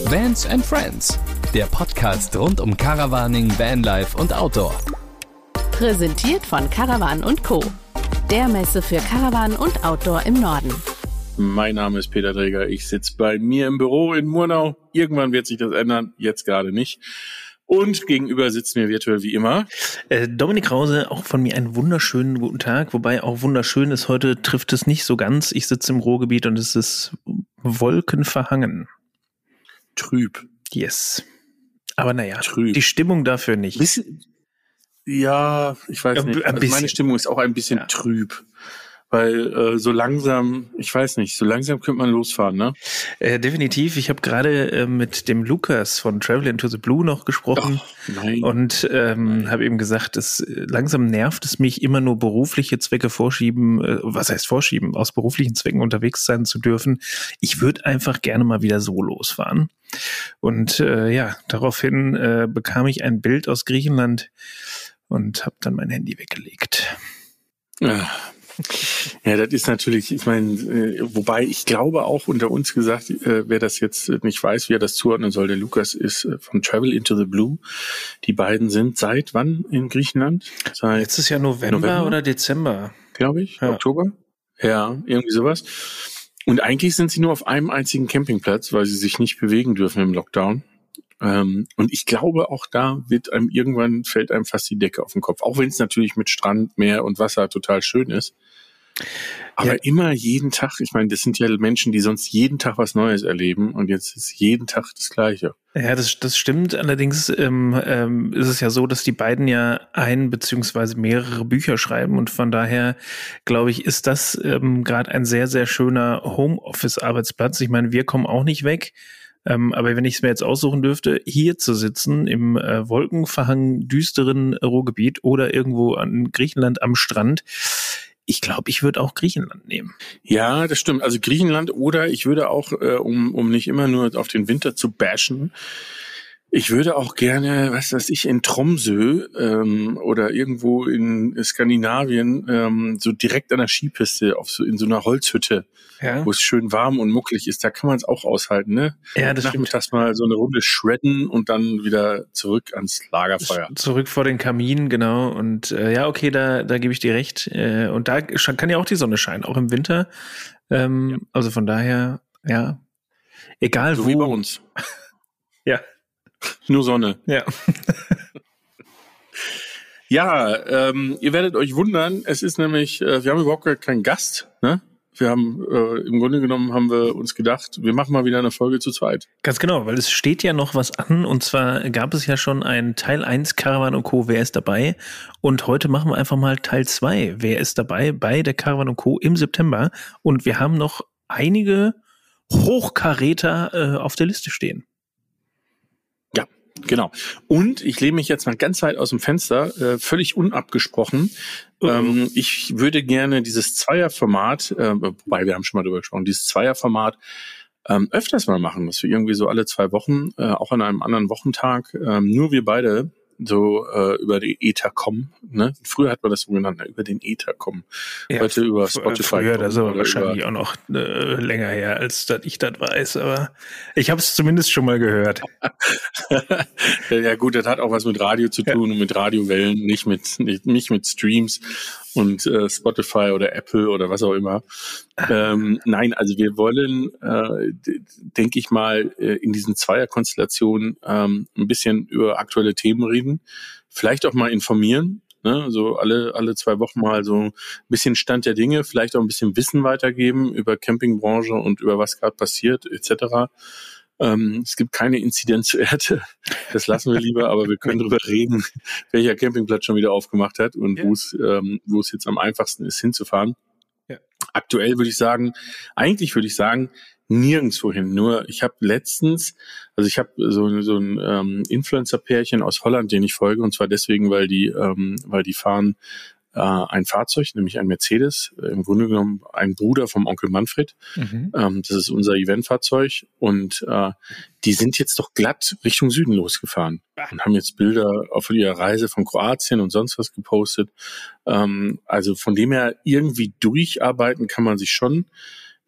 Vans and Friends, der Podcast rund um Caravaning, Vanlife und Outdoor. Präsentiert von Caravan & Co., der Messe für Caravan und Outdoor im Norden. Mein Name ist Peter Dreger, ich sitze bei mir im Büro in Murnau. Irgendwann wird sich das ändern, jetzt gerade nicht. Und gegenüber sitzt mir virtuell wie immer Dominik Krause, auch von mir einen wunderschönen guten Tag. Wobei auch wunderschön ist, heute trifft es nicht so ganz. Ich sitze im Ruhrgebiet und es ist wolkenverhangen. Trüb. Yes. Aber naja, Trüb. Die Stimmung dafür nicht. Ja, ich weiß nicht. Also meine Stimmung ist auch ein bisschen trüb. Weil so langsam, ich weiß nicht, so langsam könnte man losfahren, ne? Definitiv. Ich habe gerade mit dem Lukas von Travel into the Blue noch gesprochen. Und habe eben gesagt, langsam nervt es mich, immer nur berufliche Zwecke vorschieben. Was heißt vorschieben? Aus beruflichen Zwecken unterwegs sein zu dürfen. Ich würde einfach gerne mal wieder so losfahren. Und daraufhin bekam ich ein Bild aus Griechenland und habe dann mein Handy weggelegt. Ja, das ist natürlich, ich meine, wobei ich glaube auch unter uns gesagt, wer das jetzt nicht weiß, wie er das zuordnen soll, der Lukas ist von Travel into the Blue. Die beiden sind seit wann in Griechenland? Jetzt ist ja November oder Dezember. Glaube ich, ja. Oktober? Ja, irgendwie sowas. Und eigentlich sind sie nur auf einem einzigen Campingplatz, weil sie sich nicht bewegen dürfen im Lockdown. Und ich glaube, auch da fällt einem fast die Decke auf den Kopf. Auch wenn es natürlich mit Strand, Meer und Wasser total schön ist. Aber immer jeden Tag, ich meine, das sind ja Menschen, die sonst jeden Tag was Neues erleben und jetzt ist jeden Tag das Gleiche. Ja, das stimmt. Allerdings ist es ja so, dass die beiden ja ein bzw. mehrere Bücher schreiben und von daher, glaube ich, ist das gerade ein sehr, sehr schöner Homeoffice-Arbeitsplatz. Ich meine, wir kommen auch nicht weg. Aber wenn ich es mir jetzt aussuchen dürfte, hier zu sitzen im wolkenverhangenen, düsteren Ruhrgebiet oder irgendwo in Griechenland am Strand, ich glaube, ich würde auch Griechenland nehmen. Ja, das stimmt. Also Griechenland oder ich würde auch, um nicht immer nur auf den Winter zu bashen, ich würde auch gerne, in Tromsø oder irgendwo in Skandinavien so direkt an der Skipiste in so einer Holzhütte, wo es schön warm und muckelig ist. Da kann man es auch aushalten, ne? Ja, das Nachmittags mal so eine Runde shredden und dann wieder zurück ans Lagerfeuer. Zurück vor den Kamin, genau. Und da gebe ich dir recht. Und da kann ja auch die Sonne scheinen, auch im Winter. Also von daher, ja, egal so wo. Wie bei uns. Ja. Nur Sonne. Ja. Ja, ihr werdet euch wundern, es ist nämlich, wir haben überhaupt gar keinen Gast, ne? Wir haben, im Grunde genommen haben wir uns gedacht, wir machen mal wieder eine Folge zu zweit. Ganz genau, weil es steht ja noch was an und zwar gab es ja schon ein Teil 1 Caravan & Co. Wer ist dabei? Und heute machen wir einfach mal Teil 2. Wer ist dabei bei der Caravan & Co. im September? Und wir haben noch einige Hochkaräter auf der Liste stehen. Genau. Und ich lehne mich jetzt mal ganz weit aus dem Fenster, völlig unabgesprochen. Ich würde gerne dieses Zweierformat, wobei wir haben schon mal drüber gesprochen, dieses Zweierformat öfters mal machen, dass wir irgendwie so alle 2 Wochen, auch an einem anderen Wochentag, nur wir beide so über die Ether kommen. Ne? Früher hat man das so genannt, über den Ether kommen. Ja, heute über Spotify. Früher, das ist aber wahrscheinlich auch noch länger her, als dass ich das weiß. Aber ich habe es zumindest schon mal gehört. Ja gut, das hat auch was mit Radio zu tun und mit Radiowellen, nicht mit Streams und Spotify oder Apple oder was auch immer. Nein, also wir wollen, denke ich mal, in diesen Zweierkonstellationen ein bisschen über aktuelle Themen reden, vielleicht auch mal informieren, ne? So alle 2 Wochen mal so ein bisschen Stand der Dinge, vielleicht auch ein bisschen Wissen weitergeben über Campingbranche und über was gerade passiert etc. Es gibt keine Inzidenzwerte, das lassen wir lieber, aber wir können darüber reden, welcher Campingplatz schon wieder aufgemacht hat und wo es jetzt am einfachsten ist, hinzufahren. Ja. Aktuell würde ich sagen, nirgendwo hin. Nur ich habe letztens, also ich habe so ein Influencer-Pärchen aus Holland, den ich folge, und zwar deswegen, weil die fahren ein Fahrzeug, nämlich ein Mercedes, im Grunde genommen ein Bruder vom Onkel Manfred. Das ist unser Eventfahrzeug und die sind jetzt doch glatt Richtung Süden losgefahren und haben jetzt Bilder auf ihrer Reise von Kroatien und sonst was gepostet. Also von dem her irgendwie durcharbeiten kann man sich schon.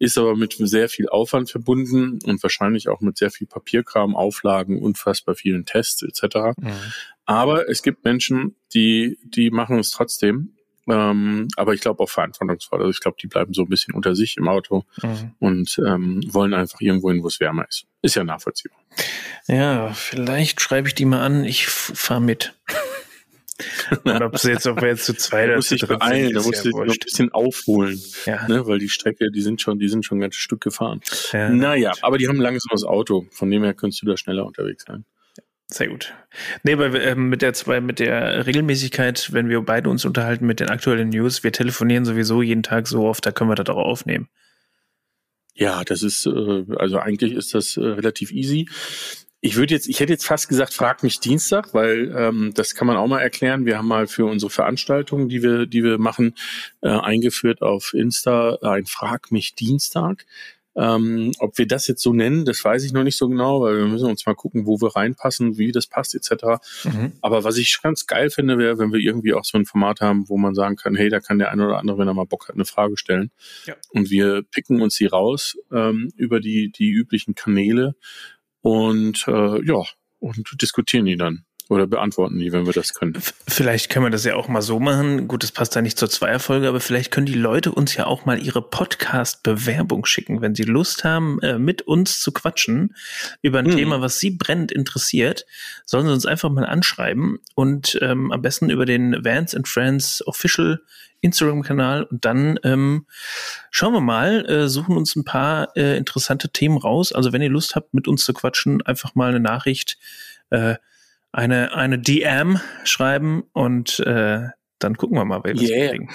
ist aber mit sehr viel Aufwand verbunden und wahrscheinlich auch mit sehr viel Papierkram, Auflagen, unfassbar vielen Tests etc. Aber es gibt Menschen, die machen es trotzdem. Aber ich glaube auch verantwortungsvoll. Also ich glaube, die bleiben so ein bisschen unter sich im Auto und wollen einfach irgendwo hin, wo es wärmer ist. Ist ja nachvollziehbar. Ja, vielleicht schreibe ich die mal an, ich fahre mit. Und ob wir jetzt zu zweit oder zu dritt sind, da musst du noch ein bisschen aufholen, ja. Ne, weil die Strecke, die sind schon ein ganzes Stück gefahren. Ja, naja, aber die haben ein langsames Auto, von dem her könntest du da schneller unterwegs sein. Sehr gut. Nee, weil mit der Regelmäßigkeit, wenn wir beide uns unterhalten mit den aktuellen News, wir telefonieren sowieso jeden Tag so oft, da können wir das auch aufnehmen. Ja, das ist, also eigentlich ist das relativ easy. Ich hätte jetzt fast gesagt, frag mich Dienstag, weil das kann man auch mal erklären. Wir haben mal für unsere Veranstaltungen, die wir machen, eingeführt auf Insta ein Frag mich Dienstag. Ob wir das jetzt so nennen, das weiß ich noch nicht so genau, weil wir müssen uns mal gucken, wo wir reinpassen, wie das passt etc. Aber was ich ganz geil finde, wäre, wenn wir irgendwie auch so ein Format haben, wo man sagen kann, hey, da kann der eine oder andere, wenn er mal Bock hat, eine Frage stellen. Ja. Und wir picken uns die raus über die üblichen Kanäle und und diskutieren die dann. Oder beantworten die, wenn wir das können. Vielleicht können wir das ja auch mal so machen. Gut, das passt da nicht zur Zweierfolge, aber vielleicht können die Leute uns ja auch mal ihre Podcast-Bewerbung schicken, wenn sie Lust haben, mit uns zu quatschen über ein Thema, was sie brennend interessiert. Sollen sie uns einfach mal anschreiben und am besten über den Vans & Friends Official Instagram-Kanal und dann schauen wir mal, suchen uns ein paar interessante Themen raus. Also wenn ihr Lust habt, mit uns zu quatschen, einfach mal eine Nachricht, eine DM schreiben und dann gucken wir mal, wie wir das kriegen.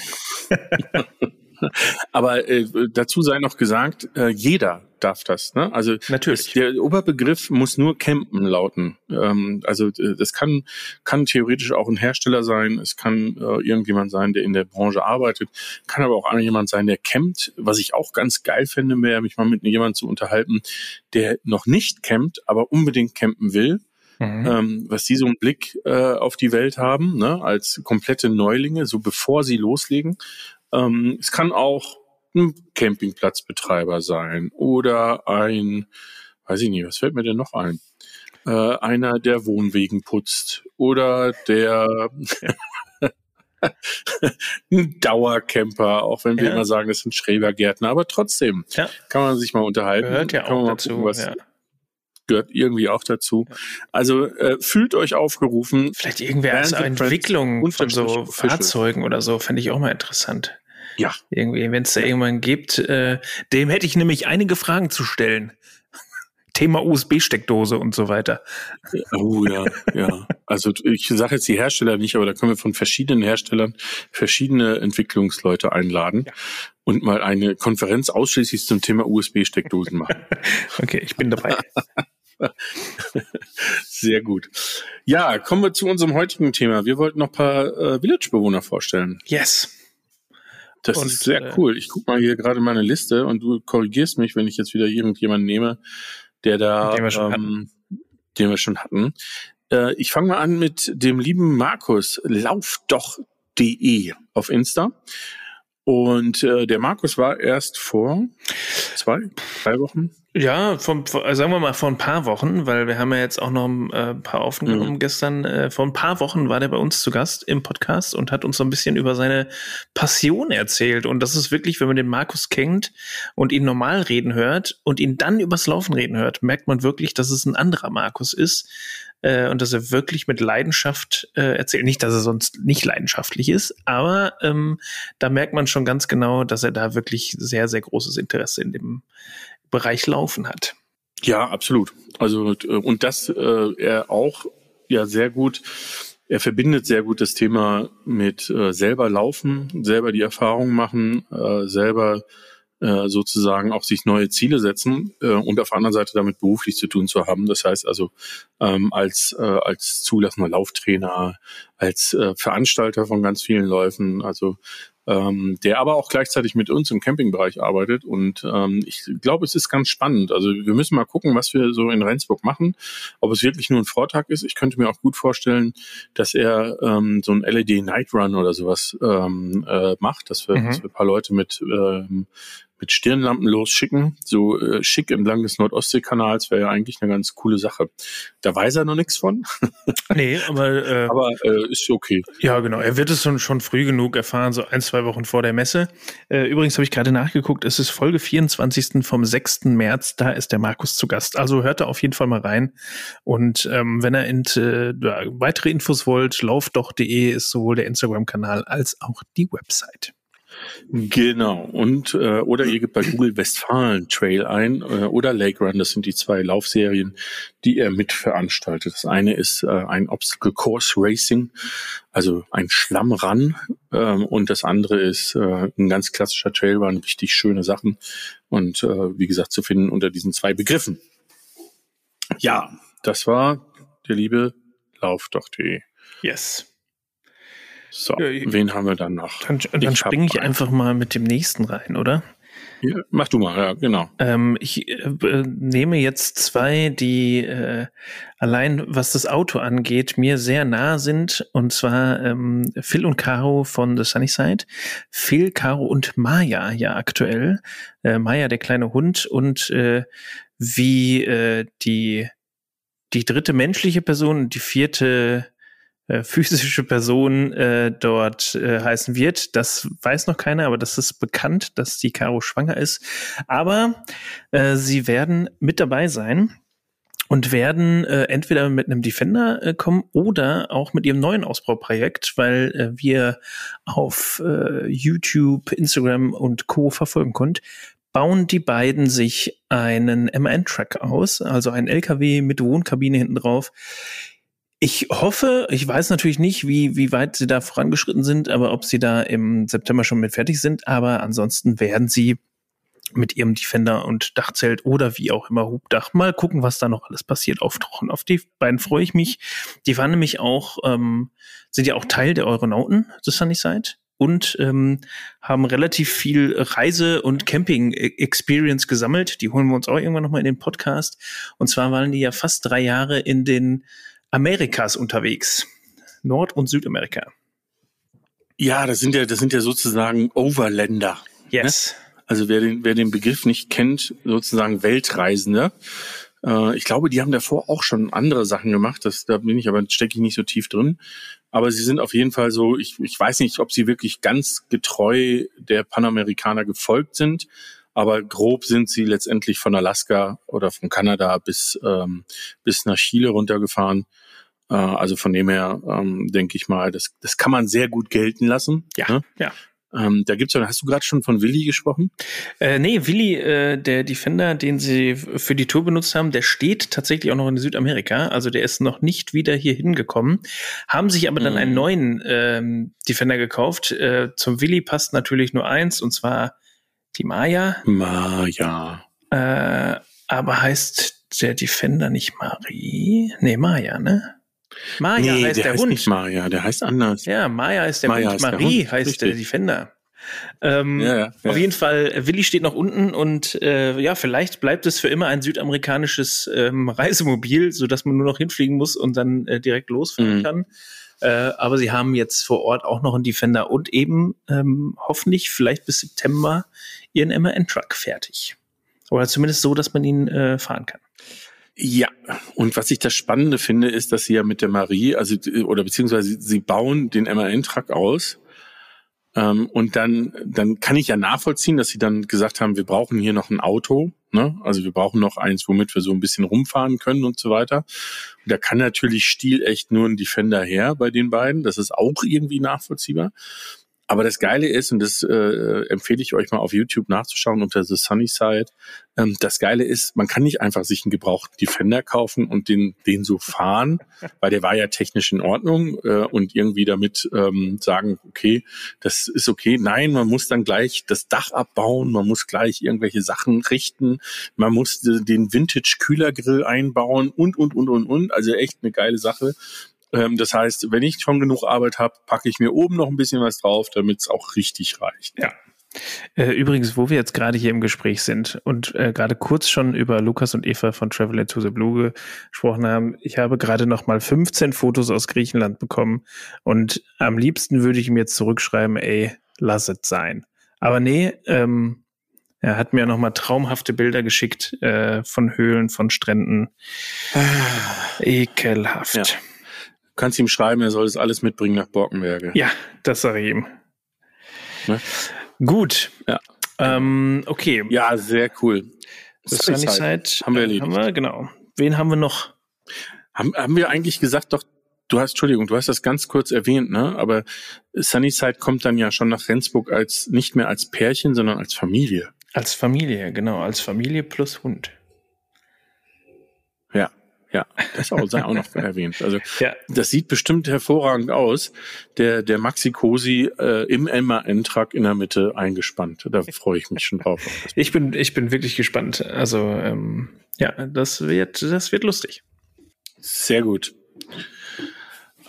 Aber dazu sei noch gesagt, jeder darf das. Ne? Also natürlich. Der Oberbegriff muss nur campen lauten. Also das kann theoretisch auch ein Hersteller sein, es kann irgendjemand sein, der in der Branche arbeitet, kann aber auch jemand sein, der campt. Was ich auch ganz geil finde, wäre, mich mal mit jemandem zu unterhalten, der noch nicht campt, aber unbedingt campen will. Was die so einen Blick auf die Welt haben, ne, als komplette Neulinge, so bevor sie loslegen. Es kann auch ein Campingplatzbetreiber sein oder weiß ich nicht, was fällt mir denn noch ein? Einer, der Wohnwegen putzt oder der ein Dauercamper, auch wenn wir immer sagen, das sind Schrebergärtner, aber trotzdem kann man sich mal unterhalten. Gehört ja auch dazu, gehört irgendwie auch dazu. Also fühlt euch aufgerufen. Vielleicht irgendwer als Entwicklung von so Fahrzeugen oder so, fände ich auch mal interessant. Ja. Irgendwie, wenn es da irgendwann gibt, dem hätte ich nämlich einige Fragen zu stellen. Thema USB-Steckdose und so weiter. Oh ja. Also ich sage jetzt die Hersteller nicht, aber da können wir von verschiedenen Herstellern verschiedene Entwicklungsleute einladen und mal eine Konferenz ausschließlich zum Thema USB-Steckdosen machen. Okay, ich bin dabei. Sehr gut. Ja, kommen wir zu unserem heutigen Thema. Wir wollten noch ein paar Village-Bewohner vorstellen. Yes. Das ist sehr cool. Ich gucke mal hier gerade meine Liste und du korrigierst mich, wenn ich jetzt wieder irgendjemanden nehme, den wir schon hatten. Ich fange mal an mit dem lieben Markus, laufdoch.de auf Insta. Und der Markus war erst vor 3 Wochen. Ja, sagen wir mal vor ein paar Wochen, weil wir haben ja jetzt auch noch ein paar aufgenommen gestern. Vor ein paar Wochen war der bei uns zu Gast im Podcast und hat uns so ein bisschen über seine Passion erzählt. Und das ist wirklich, wenn man den Markus kennt und ihn normal reden hört und ihn dann übers Laufen reden hört, merkt man wirklich, dass es ein anderer Markus ist. Und dass er wirklich mit Leidenschaft erzählt. Nicht, dass er sonst nicht leidenschaftlich ist, aber da merkt man schon ganz genau, dass er da wirklich sehr, sehr großes Interesse in dem Bereich Laufen hat. Ja, absolut. Also und das er auch sehr gut. Er verbindet sehr gut das Thema mit selber laufen, selber die Erfahrung machen, selber sozusagen auch sich neue Ziele setzen und auf der anderen Seite damit beruflich zu tun zu haben. Das heißt also als zulassender Lauftrainer, als Veranstalter von ganz vielen Läufen, also der aber auch gleichzeitig mit uns im Campingbereich arbeitet und ich glaube, es ist ganz spannend. Also wir müssen mal gucken, was wir so in Rendsburg machen, ob es wirklich nur ein Vortag ist. Ich könnte mir auch gut vorstellen, dass er so ein LED Night Run oder sowas macht, dass wir ein paar Leute mit Stirnlampen losschicken, so schick entlang des Nordostseekanals, wäre ja eigentlich eine ganz coole Sache. Da weiß er noch nichts von. Nee, aber ist okay. Ja, genau. Er wird es schon früh genug erfahren, so 1-2 Wochen vor der Messe. Übrigens habe ich gerade nachgeguckt, es ist Folge 24. vom 6. März, da ist der Markus zu Gast. Also hört da auf jeden Fall mal rein. Und wenn ihr weitere Infos wollt, laufdoch.de ist sowohl der Instagram-Kanal als auch die Website. Genau. Und oder ihr gebt bei Google Westfalen Trail ein oder Lake Run. Das sind die 2 Laufserien, die er mitveranstaltet. Das eine ist ein Obstacle Course Racing, also ein Schlammrun, und das andere ist ein ganz klassischer Trailrun, richtig schöne Sachen und wie gesagt zu finden unter diesen 2 Begriffen. Ja, das war der liebe Laufdoch.de. Yes. So, wen haben wir dann noch? Dann springe ich einfach mal mit dem nächsten rein, oder? Ja, mach du mal, ja, genau. Ich nehme jetzt 2, die allein, was das Auto angeht, mir sehr nah sind. Und zwar Phil und Caro von The Sunnyside. Phil, Caro und Maya ja aktuell. Maya, der kleine Hund, und wie die dritte menschliche Person und die 4. physische Person dort heißen wird. Das weiß noch keiner, aber das ist bekannt, dass die Caro schwanger ist. Aber sie werden mit dabei sein und werden entweder mit einem Defender kommen oder auch mit ihrem neuen Ausbauprojekt, weil wir auf YouTube, Instagram und Co. verfolgen konnten, bauen die beiden sich einen MAN-Truck aus, also einen LKW mit Wohnkabine hinten drauf. Ich hoffe, ich weiß natürlich nicht, wie weit sie da vorangeschritten sind, aber ob sie da im September schon mit fertig sind. Aber ansonsten werden sie mit ihrem Defender und Dachzelt oder wie auch immer Hubdach mal gucken, was da noch alles passiert, auftauchen. Auf die beiden freue ich mich. Die waren nämlich auch, sind ja auch Teil der Aeronauten des Sunnyside und haben relativ viel Reise- und Camping-Experience gesammelt. Die holen wir uns auch irgendwann nochmal in den Podcast. Und zwar waren die ja fast 3 Jahre in den Amerikas unterwegs. Nord- und Südamerika. Ja, das sind ja sozusagen Overländer. Yes. Ne? Also wer den Begriff nicht kennt, sozusagen Weltreisende. Ich glaube, die haben davor auch schon andere Sachen gemacht. Stecke ich nicht so tief drin. Aber sie sind auf jeden Fall so, ich weiß nicht, ob sie wirklich ganz getreu der Panamerikaner gefolgt sind. Aber grob sind sie letztendlich von Alaska oder von Kanada bis nach Chile runtergefahren. Also von dem her denke ich mal, das kann man sehr gut gelten lassen. Ja, ne? Ja. Da gibt's ja, hast du gerade schon von Willi gesprochen? Nee, Willi, der Defender, den sie für die Tour benutzt haben, der steht tatsächlich auch noch in Südamerika. Also der ist noch nicht wieder hier hingekommen. Haben sich aber dann einen neuen Defender gekauft. Zum Willi passt natürlich nur eins, und zwar die Maya. Maya. Aber heißt der Defender nicht Marie? Nee, Maya, ne? Maya heißt der Hund. Nicht Maya, der heißt anders. Ja, Maya ist der Hund, Marie heißt der Defender. Ja. Auf jeden Fall, Willi steht noch unten und vielleicht bleibt es für immer ein südamerikanisches Reisemobil, sodass man nur noch hinfliegen muss und dann direkt losfahren kann. Aber sie haben jetzt vor Ort auch noch einen Defender und eben hoffentlich vielleicht bis September ihren MAN-Truck fertig. Oder zumindest so, dass man ihn fahren kann. Ja, und was ich das Spannende finde, ist, dass sie ja mit der Marie, beziehungsweise sie bauen den MAN-Truck aus. Und dann kann ich ja nachvollziehen, dass sie dann gesagt haben, wir brauchen hier noch ein Auto, ne? Also wir brauchen noch eins, womit wir so ein bisschen rumfahren können und so weiter. Und da kann natürlich stilecht nur ein Defender her bei den beiden. Das ist auch irgendwie nachvollziehbar. Aber das Geile ist, und das empfehle ich euch mal auf YouTube nachzuschauen unter The Sunnyside, das Geile ist, man kann nicht einfach sich einen gebrauchten Defender kaufen und den so fahren, weil der war ja technisch in Ordnung und irgendwie damit sagen, okay, das ist okay. Nein, man muss dann gleich das Dach abbauen, man muss gleich irgendwelche Sachen richten, man muss den Vintage-Kühlergrill einbauen und. Also echt eine geile Sache. Das heißt, wenn ich schon genug Arbeit habe, packe ich mir oben noch ein bisschen was drauf, damit es auch richtig reicht. Ja. Übrigens, wo wir jetzt gerade hier im Gespräch sind und gerade kurz schon über Lukas und Eva von Travel to the Blue gesprochen haben, ich habe gerade noch mal 15 Fotos aus Griechenland bekommen und am liebsten würde ich ihm jetzt zurückschreiben, ey, lass es sein. Aber nee, Er hat mir nochmal traumhafte Bilder geschickt von Höhlen, von Stränden. Ekelhaft. Ja. Du kannst ihm schreiben, er soll das alles mitbringen nach Borkenberge. Ja, das sage ich ihm. Ne? Gut. Ja. Okay. Ja, sehr cool. Sunnyside haben wir erledigt. Genau. Wen haben wir noch? Haben wir eigentlich gesagt, doch, du hast das ganz kurz erwähnt, ne? Aber Sunnyside kommt dann ja schon nach Rendsburg nicht mehr als Pärchen, sondern als Familie. Als Familie, genau. Als Familie plus Hund. Ja, das sei auch noch erwähnt. Also ja. Das sieht bestimmt hervorragend aus. Der Maxi Cosi im MAN-Truck in der Mitte eingespannt. Da freue ich mich schon drauf. Ich bin wirklich gespannt. Also das wird lustig. Sehr gut. Ich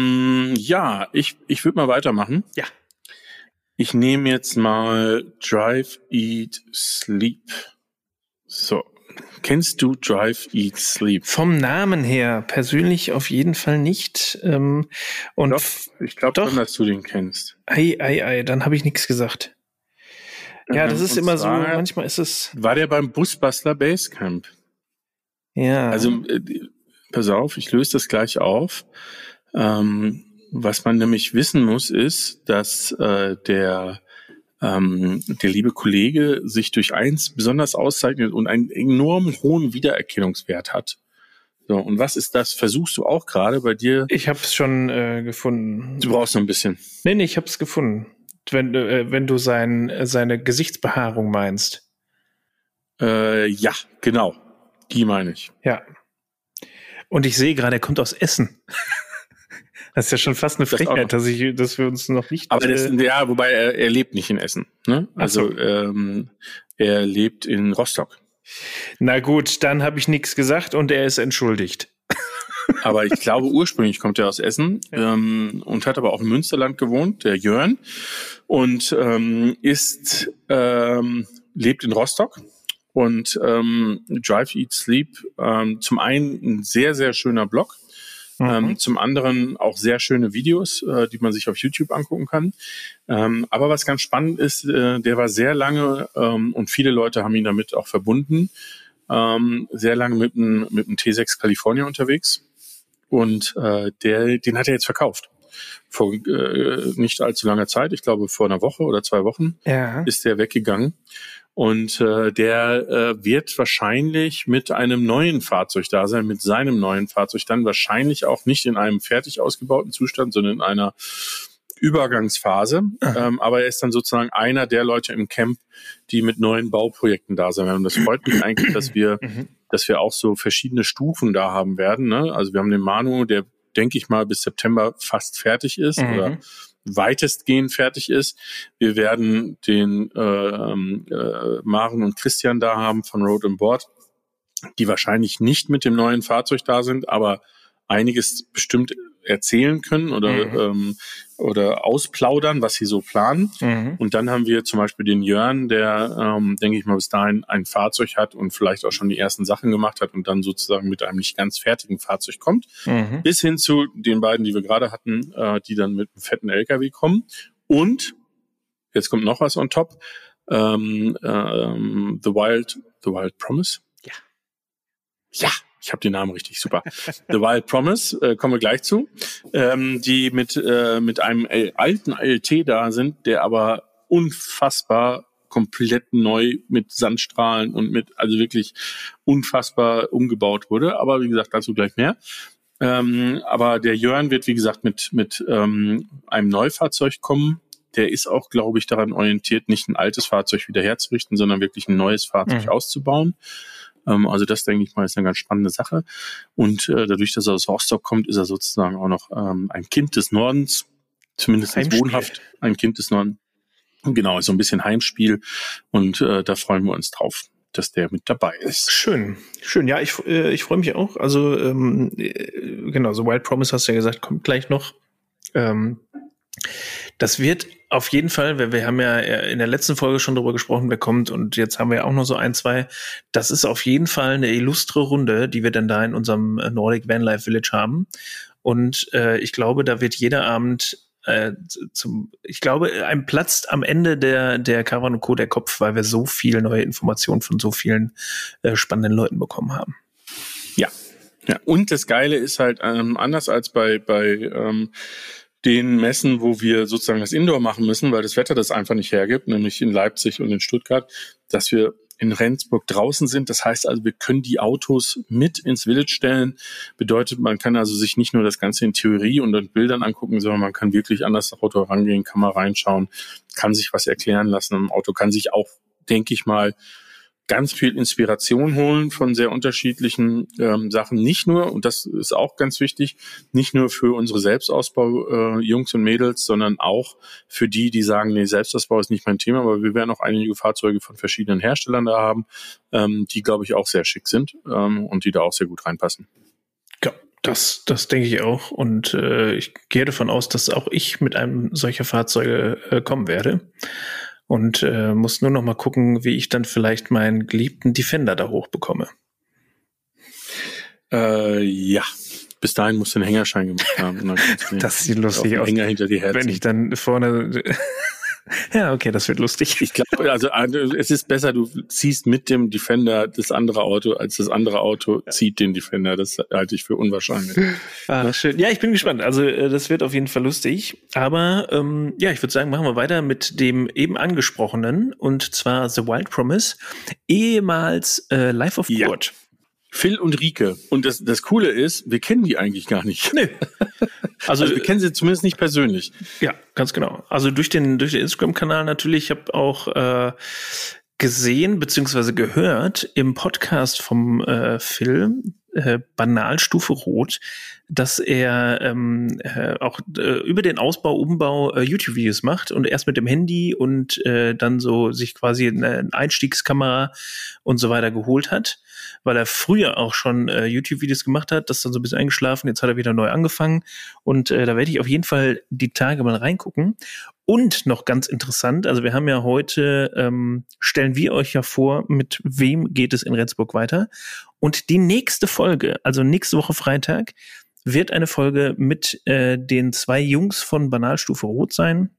würde mal weitermachen. Ja. Ich nehme jetzt mal Drive, Eat, Sleep. So. Kennst du Drive, Eat, Sleep? Vom Namen her persönlich auf jeden Fall nicht. Und doch, ich glaube schon, dass du den kennst. Dann habe ich nichts gesagt. Ja, das ist immer so, manchmal ist es... War der beim Busbastler Basecamp? Ja. Also, pass auf, ich löse das gleich auf. Was man nämlich wissen muss, ist, dass der liebe Kollege sich durch eins besonders auszeichnet und einen enorm hohen Wiedererkennungswert hat. So, und was ist das? Versuchst du auch gerade bei dir? Ich habe es schon gefunden. Du brauchst noch ein bisschen. Nee, ich habe es gefunden. Wenn du seine Gesichtsbehaarung meinst. Ja, genau. Die meine ich. Ja. Und ich sehe gerade, er kommt aus Essen. Das ist ja schon fast eine Frechheit, dass wir uns noch nicht... Aber wobei er lebt nicht in Essen. Ne? Also er lebt in Rostock. Na gut, dann habe ich nichts gesagt und er ist entschuldigt. Aber ich glaube, ursprünglich kommt er aus Essen und hat aber auch im Münsterland gewohnt, der Jörn. Und lebt in Rostock. Und Drive, Eat, Sleep, zum einen ein sehr, sehr schöner Blog. Zum anderen auch sehr schöne Videos, die man sich auf YouTube angucken kann. Aber was ganz spannend ist, der war sehr lange, und viele Leute haben ihn damit auch verbunden, sehr lange mit dem T6 California unterwegs. Und den hat er jetzt verkauft. Vor nicht allzu langer Zeit, ich glaube vor einer Woche oder 2 Wochen, ist der weggegangen. Und der wird wahrscheinlich mit einem neuen Fahrzeug da sein, mit seinem neuen Fahrzeug dann wahrscheinlich auch nicht in einem fertig ausgebauten Zustand, sondern in einer Übergangsphase. Aber er ist dann sozusagen einer der Leute im Camp, die mit neuen Bauprojekten da sein werden. Und das freut mich eigentlich, dass wir auch so verschiedene Stufen da haben werden. Ne? Also wir haben den Manu, der, denke ich mal, bis September fast fertig ist oder weitestgehend fertig ist. Wir werden den Maren und Christian da haben von Road and Board, die wahrscheinlich nicht mit dem neuen Fahrzeug da sind, aber einiges bestimmt erzählen können oder ausplaudern, was sie so planen. Und dann haben wir zum Beispiel den Jörn, der, denke ich mal, bis dahin ein Fahrzeug hat und vielleicht auch schon die ersten Sachen gemacht hat und dann sozusagen mit einem nicht ganz fertigen Fahrzeug kommt. Bis hin zu den beiden, die wir gerade hatten, die dann mit einem fetten LKW kommen. Und, jetzt kommt noch was on top, The Wild Promise? Ja. Ich habe den Namen richtig, super. The Wild Promise, kommen wir gleich zu, die mit einem alten LT da sind, der aber unfassbar komplett neu mit Sandstrahlen und also wirklich unfassbar umgebaut wurde. Aber wie gesagt, dazu gleich mehr. Aber der Jörn wird, wie gesagt, mit einem Neufahrzeug kommen. Der ist auch, glaube ich, daran orientiert, nicht ein altes Fahrzeug wieder herzurichten, sondern wirklich ein neues Fahrzeug auszubauen. Also das, denke ich mal, ist eine ganz spannende Sache. Und dadurch, dass er aus Rostock kommt, ist er sozusagen auch noch ein Kind des Nordens, zumindest wohnhaft, ein Kind des Nordens. Genau, ist so ein bisschen Heimspiel. Und da freuen wir uns drauf, dass der mit dabei ist. Schön. Ja, ich freue mich auch. Also genau, so Wild Promise hast du ja gesagt, kommt gleich noch. Das wird auf jeden Fall, weil wir haben ja in der letzten Folge schon darüber gesprochen, wer kommt, und jetzt haben wir ja auch noch so 1, 2. Das ist auf jeden Fall eine illustre Runde, die wir dann da in unserem Nordic Vanlife Village haben. Und ich glaube, da wird jeder Abend ich glaube, einem platzt am Ende der Caravan & Co. der Kopf, weil wir so viel neue Informationen von so vielen spannenden Leuten bekommen haben. Ja, und das Geile ist halt anders als bei den Messen, wo wir sozusagen das Indoor machen müssen, weil das Wetter das einfach nicht hergibt, nämlich in Leipzig und in Stuttgart, dass wir in Rendsburg draußen sind. Das heißt also, wir können die Autos mit ins Village stellen. Bedeutet, man kann also sich nicht nur das Ganze in Theorie und in Bildern angucken, sondern man kann wirklich an das Auto rangehen, kann mal reinschauen, kann sich was erklären lassen im Auto, kann sich auch, denke ich mal, ganz viel Inspiration holen von sehr unterschiedlichen Sachen. Nicht nur, und das ist auch ganz wichtig, nicht nur für unsere Selbstausbau Jungs und Mädels, sondern auch für die sagen, nee, Selbstausbau ist nicht mein Thema, aber wir werden auch einige Fahrzeuge von verschiedenen Herstellern da haben, die, glaube ich, auch sehr schick sind und die da auch sehr gut reinpassen. Ja, das denke ich auch. Und ich gehe davon aus, dass auch ich mit einem solcher Fahrzeuge kommen werde. Und muss nur noch mal gucken, wie ich dann vielleicht meinen geliebten Defender da hochbekomme. Ja, bis dahin musst du den Hängerschein gemacht haben. Und dann das sieht lustig aus. Hänger hinter die Herzen. Wenn ich dann vorne... Ja, okay, das wird lustig. Ich glaube, also es ist besser, du ziehst mit dem Defender das andere Auto, als das andere Auto zieht den Defender. Das halte ich für unwahrscheinlich. Ah, schön. Ja, ich bin gespannt. Also das wird auf jeden Fall lustig. Aber ja, ich würde sagen, machen wir weiter mit dem eben angesprochenen, und zwar The Wild Promise, ehemals Life of Kurt. Phil und Rike. Und das Coole ist, wir kennen die eigentlich gar nicht. Nee. Also wir kennen sie zumindest nicht persönlich. Ja, ganz genau. Also durch den Instagram-Kanal natürlich. Ich habe auch gesehen bzw. gehört im Podcast vom Phil, Banalstufe Rot, dass er auch über den Ausbau, Umbau YouTube-Videos macht und erst mit dem Handy und dann so sich quasi eine Einstiegskamera und so weiter geholt hat, weil er früher auch schon YouTube-Videos gemacht hat, das ist dann so ein bisschen eingeschlafen, jetzt hat er wieder neu angefangen und da werde ich auf jeden Fall die Tage mal reingucken. Und noch ganz interessant, also wir haben ja heute, stellen wir euch ja vor, mit wem geht es in Rendsburg weiter. Und die nächste Folge, also nächste Woche Freitag, wird eine Folge mit den 2 Jungs von Banalstufe Rot sein.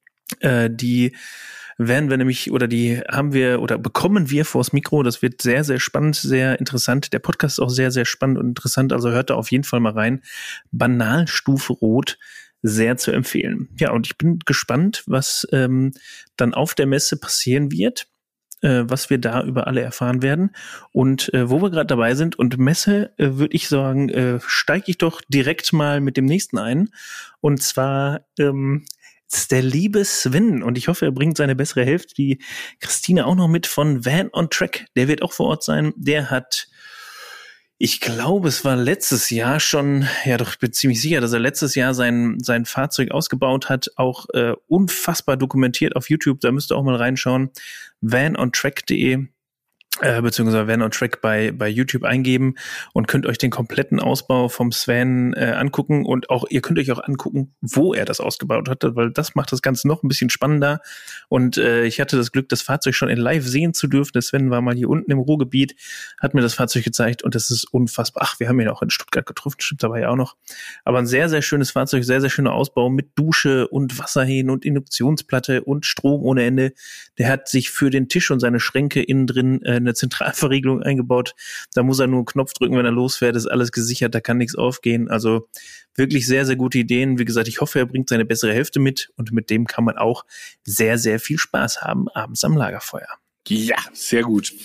Die werden wir nämlich, oder die haben wir, oder bekommen wir vors Mikro. Das wird sehr, sehr spannend, sehr interessant. Der Podcast ist auch sehr, sehr spannend und interessant, also hört da auf jeden Fall mal rein. Banalstufe Rot. Sehr zu empfehlen. Ja, und ich bin gespannt, was dann auf der Messe passieren wird, was wir da über alle erfahren werden. Und wo wir gerade dabei sind und Messe, würde ich sagen, steige ich doch direkt mal mit dem nächsten ein. Und zwar ist der liebe Sven. Und ich hoffe, er bringt seine bessere Hälfte, die Christine, auch noch mit von Van on Track. Der wird auch vor Ort sein. Der hat... Ich glaube, es war letztes Jahr schon, ja doch, ich bin ziemlich sicher, dass er letztes Jahr sein Fahrzeug ausgebaut hat, auch unfassbar dokumentiert auf YouTube, da müsst ihr auch mal reinschauen, vanontrack.de beziehungsweise Van on Track bei YouTube eingeben und könnt euch den kompletten Ausbau vom Sven angucken und auch ihr könnt euch auch angucken, wo er das ausgebaut hat, weil das macht das Ganze noch ein bisschen spannender und ich hatte das Glück, das Fahrzeug schon in live sehen zu dürfen. Der Sven war mal hier unten im Ruhrgebiet, hat mir das Fahrzeug gezeigt und das ist unfassbar. Ach, wir haben ihn auch in Stuttgart getroffen, stimmt, da war ja auch noch. Aber ein sehr, sehr schönes Fahrzeug, sehr, sehr schöner Ausbau mit Dusche und Wasserhähnen und Induktionsplatte und Strom ohne Ende. Der hat sich für den Tisch und seine Schränke innen drin eine Zentralverriegelung eingebaut. Da muss er nur einen Knopf drücken, wenn er losfährt, ist alles gesichert, da kann nichts aufgehen. Also wirklich sehr, sehr gute Ideen. Wie gesagt, ich hoffe, er bringt seine bessere Hälfte mit und mit dem kann man auch sehr, sehr viel Spaß haben abends am Lagerfeuer. Ja, sehr gut.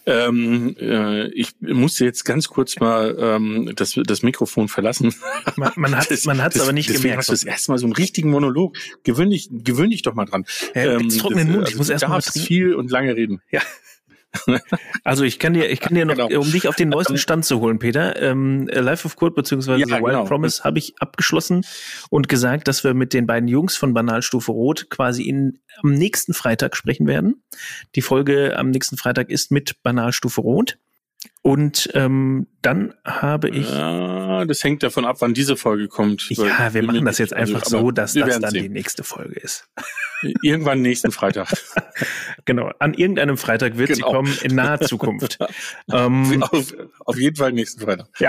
Ich musste jetzt ganz kurz mal das Mikrofon verlassen. Man hat es aber nicht gemerkt. Hast du das erste Mal so einen richtigen Monolog. Gewöhn dich doch mal dran. Jetzt trocknen den Mund, ich muss erst mal viel und lange reden. Ja. Also ich kann dir noch, genau. Um dich auf den neuesten Stand zu holen, Peter, Life of Kurt bzw. The Wild Promise habe ich abgeschlossen und gesagt, dass wir mit den beiden Jungs von Banalstufe Rot quasi am nächsten Freitag sprechen werden. Die Folge am nächsten Freitag ist mit Banalstufe Rot. Und dann habe ich... das hängt davon ab, wann diese Folge kommt. Ja, wir machen das jetzt einfach so, dass das dann sehen. die nächste Folge ist. Irgendwann nächsten Freitag. Genau, an irgendeinem Freitag wird sie kommen, in naher Zukunft. Auf jeden Fall nächsten Freitag. Ja.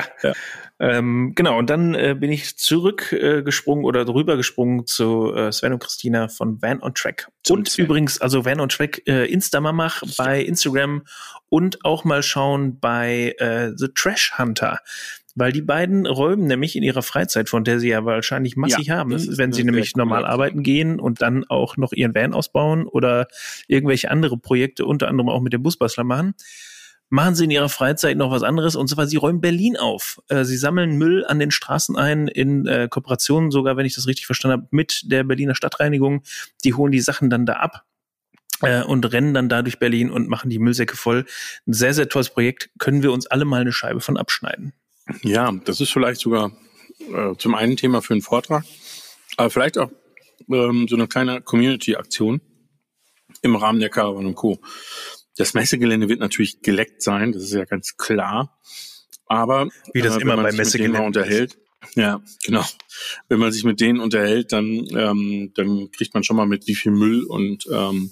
Genau, und dann bin ich zurückgesprungen oder drüber gesprungen zu Sven und Christina von Van on Track. Übrigens, also Van on Track Instamamach bei Instagram und auch mal schauen bei The Trash Hunter. Weil die beiden räumen nämlich in ihrer Freizeit, von der sie ja wahrscheinlich massig haben, wenn sie nämlich normal arbeiten gehen und dann auch noch ihren Van ausbauen oder irgendwelche andere Projekte, unter anderem auch mit dem Busbastler machen sie in ihrer Freizeit noch was anderes, und zwar sie räumen Berlin auf. Sie sammeln Müll an den Straßen ein, in Kooperation sogar, wenn ich das richtig verstanden habe, mit der Berliner Stadtreinigung. Die holen die Sachen dann da ab und rennen dann da durch Berlin und machen die Müllsäcke voll. Ein sehr, sehr tolles Projekt. Können wir uns alle mal eine Scheibe von abschneiden. Ja, das ist vielleicht sogar zum einen Thema für einen Vortrag, aber vielleicht auch so eine kleine Community-Aktion im Rahmen der Caravan & Co. Das Messegelände wird natürlich geleckt sein, das ist ja ganz klar. Aber wie das immer bei Messegelände unterhält. Ja, genau. Wenn man sich mit denen unterhält, dann kriegt man schon mal mit, wie viel Müll und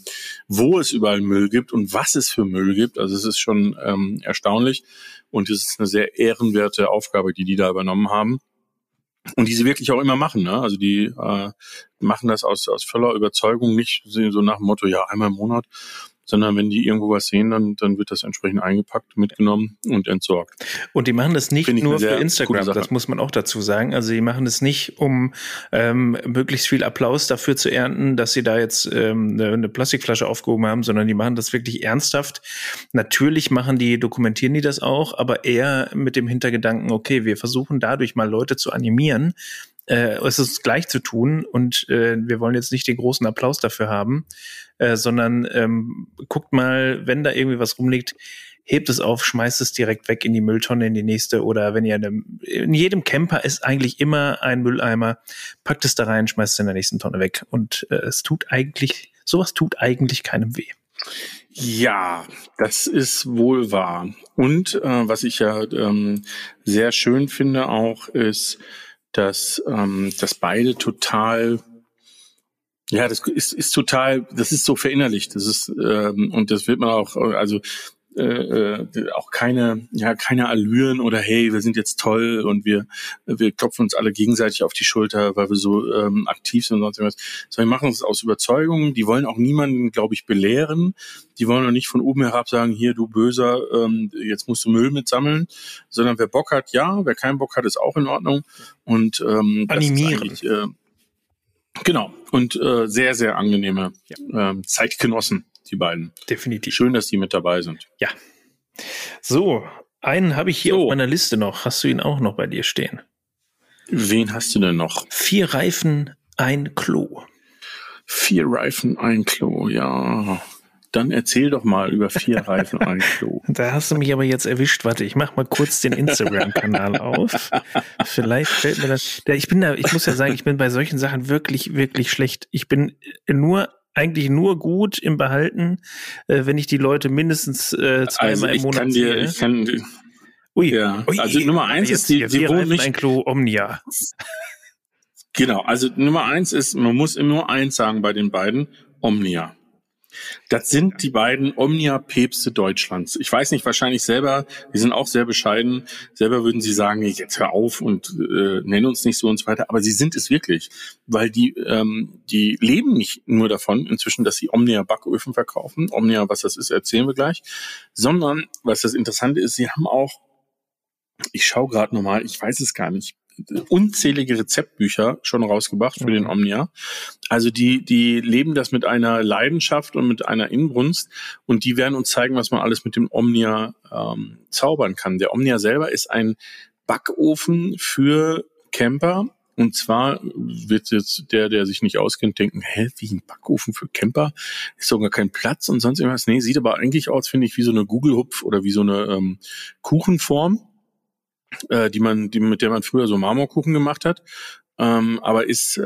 wo es überall Müll gibt und was es für Müll gibt. Also es ist schon erstaunlich und es ist eine sehr ehrenwerte Aufgabe, die da übernommen haben und die sie wirklich auch immer machen. Ne? Also die machen das aus voller Überzeugung, nicht so nach dem Motto, ja, einmal im Monat, sondern wenn die irgendwo was sehen, dann wird das entsprechend eingepackt, mitgenommen und entsorgt. Und die machen das nicht nur für Instagram, das muss man auch dazu sagen. Also die machen das nicht, um möglichst viel Applaus dafür zu ernten, dass sie da jetzt eine Plastikflasche aufgehoben haben, sondern die machen das wirklich ernsthaft. Natürlich dokumentieren die das auch, aber eher mit dem Hintergedanken, okay, wir versuchen dadurch mal Leute zu animieren, es ist gleich zu tun und wir wollen jetzt nicht den großen Applaus dafür haben, sondern guckt mal, wenn da irgendwie was rumliegt, hebt es auf, schmeißt es direkt weg in die Mülltonne, in die nächste, oder wenn ihr in jedem Camper ist eigentlich immer ein Mülleimer, packt es da rein, schmeißt es in der nächsten Tonne weg und sowas tut eigentlich keinem weh. Ja, das ist wohl wahr. Und was ich ja sehr schön finde auch, ist, dass beide total, ja, das ist so verinnerlicht. Das ist und das wird man auch, also auch keine Allüren oder hey, wir sind jetzt toll und wir klopfen uns alle gegenseitig auf die Schulter, weil wir so aktiv sind und sonst irgendwas. Sondern wir machen es aus Überzeugung. Die wollen auch niemanden, glaube ich, belehren. Die wollen auch nicht von oben herab sagen, hier, du Böser, jetzt musst du Müll mitsammeln. Sondern wer Bock hat, ja. Wer keinen Bock hat, ist auch in Ordnung. Und animieren. Genau. Und sehr, sehr angenehme Zeitgenossen. Die beiden. Definitiv. Schön, dass die mit dabei sind. Ja. So, einen habe ich hier auf meiner Liste noch. Hast du ihn auch noch bei dir stehen? Wen hast du denn noch? 4 Reifen, ein Klo. 4 Reifen, ein Klo, ja. Dann erzähl doch mal über 4 Reifen, ein Klo. Da hast du mich aber jetzt erwischt. Warte, ich mach mal kurz den Instagram-Kanal auf. Vielleicht fällt mir das. Ich muss ja sagen, ich bin bei solchen Sachen wirklich, wirklich schlecht. Ich bin eigentlich nur gut im Behalten, wenn ich die Leute mindestens zweimal im Monat sehe. Also Nummer 1 ist, die wohnen nicht... Ein Klo Omnia. Genau, also Nummer 1 ist, man muss nur eins sagen bei den beiden, Omnia. Das sind die beiden Omnia-Päpste Deutschlands. Ich weiß nicht, wahrscheinlich selber, die sind auch sehr bescheiden. Selber würden sie sagen, jetzt hör auf und nenn uns nicht so und so weiter. Aber sie sind es wirklich, weil die leben nicht nur davon inzwischen, dass sie Omnia-Backöfen verkaufen. Omnia, was das ist, erzählen wir gleich. Sondern, was das Interessante ist, sie haben auch, ich schaue gerade nochmal, ich weiß es gar nicht, unzählige Rezeptbücher schon rausgebracht für den Omnia. Also die leben das mit einer Leidenschaft und mit einer Inbrunst und die werden uns zeigen, was man alles mit dem Omnia zaubern kann. Der Omnia selber ist ein Backofen für Camper. Und zwar wird jetzt der sich nicht auskennt, denken, wie ein Backofen für Camper? Ist doch gar kein Platz und sonst irgendwas. Nee, sieht aber eigentlich aus, finde ich, wie so eine Gugelhupf oder wie so eine Kuchenform, mit der man früher so Marmorkuchen gemacht hat. Aber ist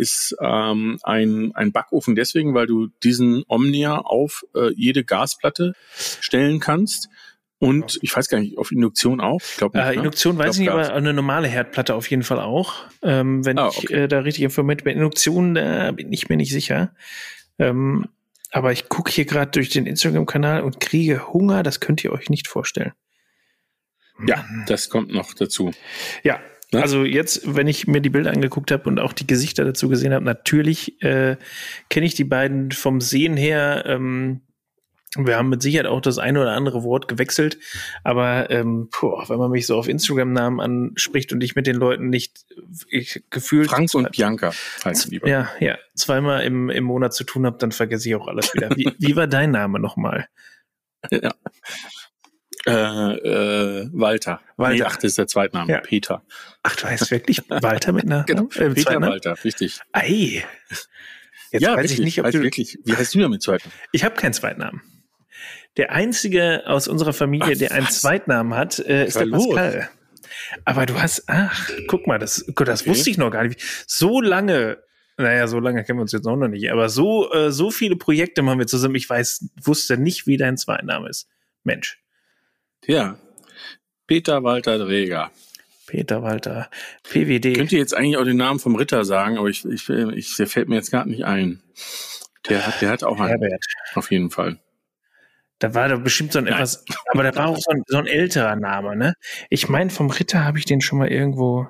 ein Backofen deswegen, weil du diesen Omnia auf jede Gasplatte stellen kannst. Und ich weiß gar nicht, auf Induktion auch? Ich glaube nicht. Induktion weiß ich nicht, aber eine normale Herdplatte auf jeden Fall auch. Wenn ich da richtig informiert bin. Induktion, da bin ich mir nicht sicher. Aber ich gucke hier gerade durch den Instagram-Kanal und kriege Hunger. Das könnt ihr euch nicht vorstellen. Ja, das kommt noch dazu. Ja, also jetzt, wenn ich mir die Bilder angeguckt habe und auch die Gesichter dazu gesehen habe, natürlich kenne ich die beiden vom Sehen her. Wir haben mit Sicherheit auch das eine oder andere Wort gewechselt, aber wenn man mich so auf Instagram-Namen anspricht und ich mit den Leuten nicht gefühlt... Frank und Bianca heißen die beiden. Ja, zweimal im Monat zu tun habe, dann vergesse ich auch alles wieder. Wie war dein Name nochmal? Ja. Walter. Nee, das ist der Zweitname. Ja. Peter. Ach, du heißt wirklich Walter mit einer genau. Peter Zweitnamen? Walter, richtig. Ei. Jetzt ja, weiß richtig, ich nicht, ob du... Wirklich. Wie heißt du denn mit Zweitnamen? Ich habe keinen Zweitnamen. Der einzige aus unserer Familie, der einen Zweitnamen hat, ist der Pascal. Aber du hast, guck mal, das wusste ich noch gar nicht. So lange kennen wir uns jetzt auch noch nicht, aber so viele Projekte machen wir zusammen. Ich wusste nicht, wie dein Zweitname ist. Mensch. Ja, Peter Walter Dreger. Peter Walter, PWD. Könnt ihr jetzt eigentlich auch den Namen vom Ritter sagen, aber der fällt mir jetzt gar nicht ein. Der hat auch einen. Herbert. Auf jeden Fall. Da war doch bestimmt so ein etwas, aber da war auch so ein älterer Name, ne? Ich meine, vom Ritter habe ich den schon mal irgendwo.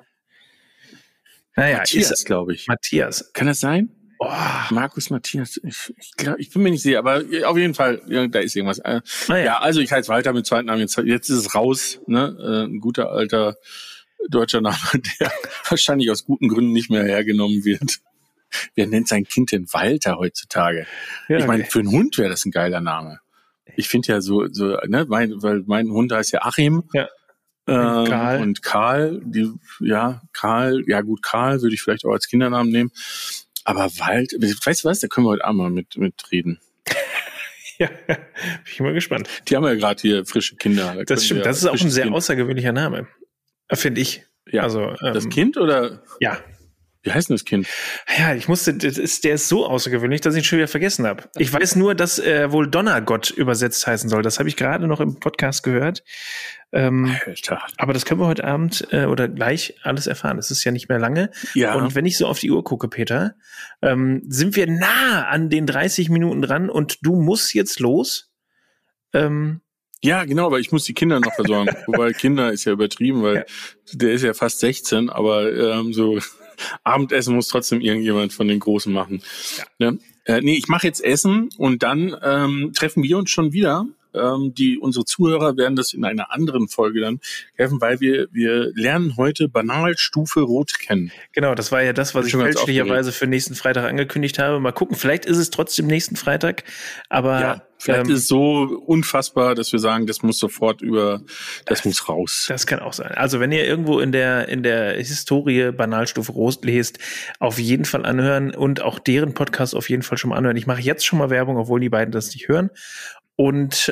Naja, Matthias, glaube ich. Matthias. Kann das sein? Oh. Markus Matthias. Ich bin mir nicht sicher, aber auf jeden Fall, da ist irgendwas. Ja, also ich heiße Walter mit Zweitnamen. Jetzt ist es raus, ne? Ein guter alter deutscher Name, der wahrscheinlich aus guten Gründen nicht mehr hergenommen wird. Wer nennt sein Kind denn Walter heutzutage? Ja, ich meine, für einen Hund wäre das ein geiler Name. Ich finde ja so, ne, weil mein Hund heißt ja Achim. Ja. Und Karl, Karl würde ich vielleicht auch als Kindernamen nehmen. Aber Walter, weißt du was, da können wir heute Abend mal mit reden. Ja, bin ich mal gespannt. Die haben ja gerade hier frische Kinder. Das stimmt, das ist auch ein sehr außergewöhnlicher Name, finde ich. Ja, also, das Kind oder? Ja. Wie heißt denn das Kind? Ja, der ist so außergewöhnlich, dass ich ihn schon wieder vergessen habe. Ich weiß nur, dass wohl Donnergott übersetzt heißen soll. Das habe ich gerade noch im Podcast gehört. Aber das können wir heute Abend oder gleich alles erfahren. Es ist ja nicht mehr lange. Ja. Und wenn ich so auf die Uhr gucke, Peter, sind wir nah an den 30 Minuten dran und du musst jetzt los. Ja, genau, weil ich muss die Kinder noch versorgen. Wobei Kinder ist ja übertrieben, weil der ist ja fast 16, aber so Abendessen muss trotzdem irgendjemand von den Großen machen. Ja. Ne? Ich mache jetzt Essen und dann treffen wir uns schon wieder. Unsere Zuhörer werden das in einer anderen Folge dann helfen, weil wir lernen heute Banalstufe Rot kennen. Genau, das war ja das, was ich fälschlicherweise für nächsten Freitag angekündigt habe. Mal gucken, vielleicht ist es trotzdem nächsten Freitag, aber ja, vielleicht ist es so unfassbar, dass wir sagen, das muss sofort das muss raus. Das kann auch sein. Also wenn ihr irgendwo in der Historie Banalstufe Rot lest, auf jeden Fall anhören und auch deren Podcast auf jeden Fall schon mal anhören. Ich mache jetzt schon mal Werbung, obwohl die beiden das nicht hören. Und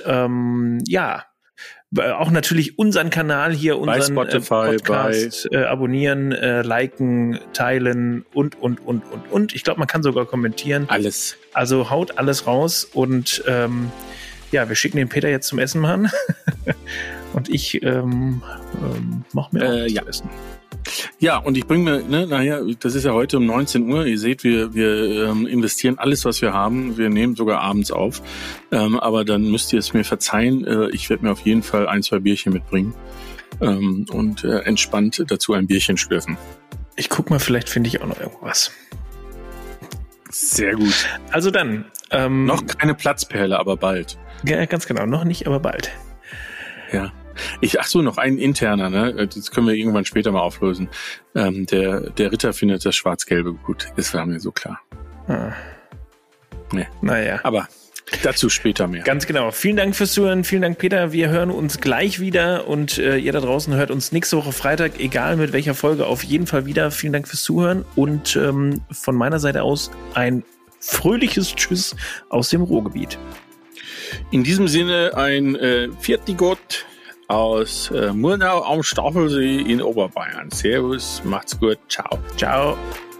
auch natürlich unseren Kanal hier, unseren Spotify, Podcast abonnieren, liken, teilen und. Ich glaube, man kann sogar kommentieren. Alles. Also haut alles raus und wir schicken den Peter jetzt zum Essen machen. Und ich mache mir auch zu essen. Ja, und ich bringe mir, das ist ja heute um 19 Uhr, ihr seht, wir investieren alles, was wir haben, wir nehmen sogar abends auf, aber dann müsst ihr es mir verzeihen, ich werde mir auf jeden Fall 1-2 Bierchen mitbringen und entspannt dazu ein Bierchen schlürfen. Ich guck mal, vielleicht finde ich auch noch irgendwas. Sehr gut. Also dann. Noch keine Platzperle, aber bald. Ja, ganz genau, noch nicht, aber bald. Ja. Noch ein interner, ne? Das können wir irgendwann später mal auflösen. Der Ritter findet das Schwarz-Gelbe gut. Das war mir so klar. Nee. Naja. Aber dazu später mehr. Ganz genau. Vielen Dank fürs Zuhören. Vielen Dank, Peter. Wir hören uns gleich wieder und ihr da draußen hört uns nächste Woche Freitag, egal mit welcher Folge, auf jeden Fall wieder. Vielen Dank fürs Zuhören und von meiner Seite aus ein fröhliches Tschüss aus dem Ruhrgebiet. In diesem Sinne ein Vierte Gott aus Murnau am Staffelsee in Oberbayern. Servus, macht's gut, ciao. Ciao.